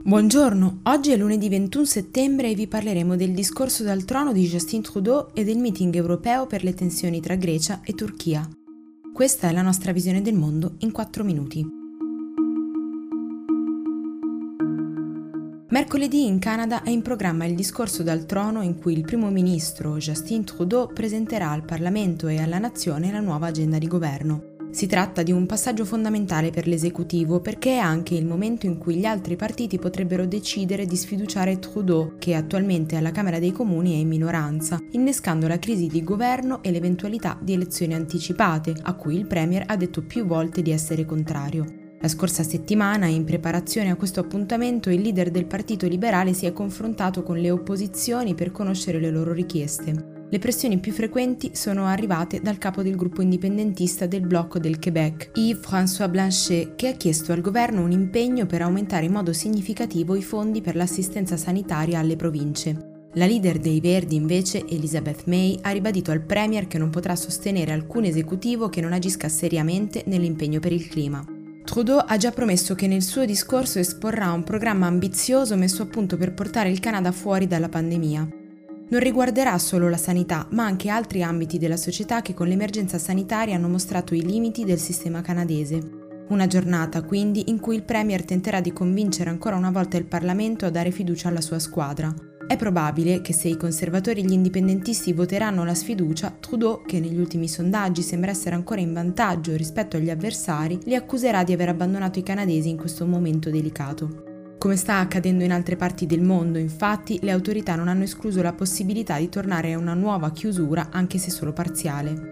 Buongiorno, oggi è lunedì 21 settembre e vi parleremo del discorso dal trono di Justin Trudeau e del meeting europeo per le tensioni tra Grecia e Turchia. Questa è la nostra visione del mondo in 4 minuti. Mercoledì in Canada è in programma il discorso dal trono in cui il primo ministro Justin Trudeau presenterà al Parlamento e alla nazione la nuova agenda di governo. Si tratta di un passaggio fondamentale per l'esecutivo perché è anche il momento in cui gli altri partiti potrebbero decidere di sfiduciare Trudeau, che attualmente alla Camera dei Comuni è in minoranza, innescando la crisi di governo e l'eventualità di elezioni anticipate, a cui il Premier ha detto più volte di essere contrario. La scorsa settimana, in preparazione a questo appuntamento, il leader del Partito Liberale si è confrontato con le opposizioni per conoscere le loro richieste. Le pressioni più frequenti sono arrivate dal capo del gruppo indipendentista del blocco del Québec, Yves-François Blanchet, che ha chiesto al governo un impegno per aumentare in modo significativo i fondi per l'assistenza sanitaria alle province. La leader dei Verdi, invece, Elizabeth May, ha ribadito al Premier che non potrà sostenere alcun esecutivo che non agisca seriamente nell'impegno per il clima. Trudeau ha già promesso che nel suo discorso esporrà un programma ambizioso messo a punto per portare il Canada fuori dalla pandemia. Non riguarderà solo la sanità, ma anche altri ambiti della società che con l'emergenza sanitaria hanno mostrato i limiti del sistema canadese. Una giornata, quindi, in cui il Premier tenterà di convincere ancora una volta il Parlamento a dare fiducia alla sua squadra. È probabile che se i conservatori e gli indipendentisti voteranno la sfiducia, Trudeau, che negli ultimi sondaggi sembra essere ancora in vantaggio rispetto agli avversari, li accuserà di aver abbandonato i canadesi in questo momento delicato. Come sta accadendo in altre parti del mondo, infatti, le autorità non hanno escluso la possibilità di tornare a una nuova chiusura, anche se solo parziale.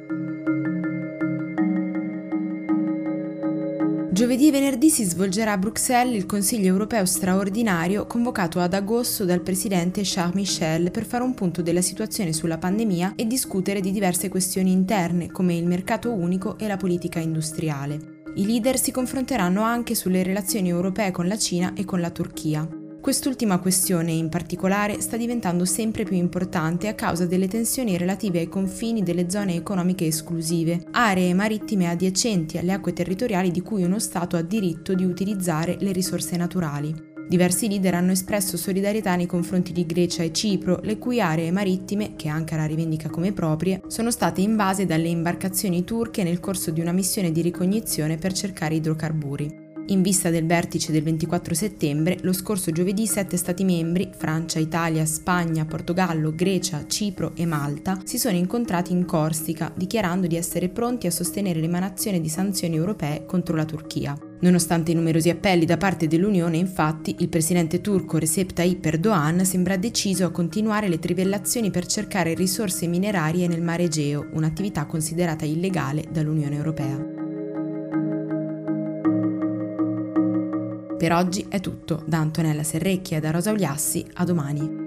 Giovedì e venerdì si svolgerà a Bruxelles il Consiglio europeo straordinario convocato ad agosto dal presidente Charles Michel per fare un punto della situazione sulla pandemia e discutere di diverse questioni interne, come il mercato unico e la politica industriale. I leader si confronteranno anche sulle relazioni europee con la Cina e con la Turchia. Quest'ultima questione, in particolare, sta diventando sempre più importante a causa delle tensioni relative ai confini delle zone economiche esclusive, aree marittime adiacenti alle acque territoriali di cui uno Stato ha diritto di utilizzare le risorse naturali. Diversi leader hanno espresso solidarietà nei confronti di Grecia e Cipro, le cui aree marittime, che Ankara rivendica come proprie, sono state invase dalle imbarcazioni turche nel corso di una missione di ricognizione per cercare idrocarburi. In vista del vertice del 24 settembre, lo scorso giovedì 7 Stati membri, Francia, Italia, Spagna, Portogallo, Grecia, Cipro e Malta, si sono incontrati in Corsica, dichiarando di essere pronti a sostenere l'emanazione di sanzioni europee contro la Turchia. Nonostante i numerosi appelli da parte dell'Unione, infatti, il presidente turco Recep Tayyip Erdogan sembra deciso a continuare le trivellazioni per cercare risorse minerarie nel Mar Egeo, un'attività considerata illegale dall'Unione Europea. Per oggi è tutto, da Antonella Serrecchia e da Rosa Uliassi, a domani.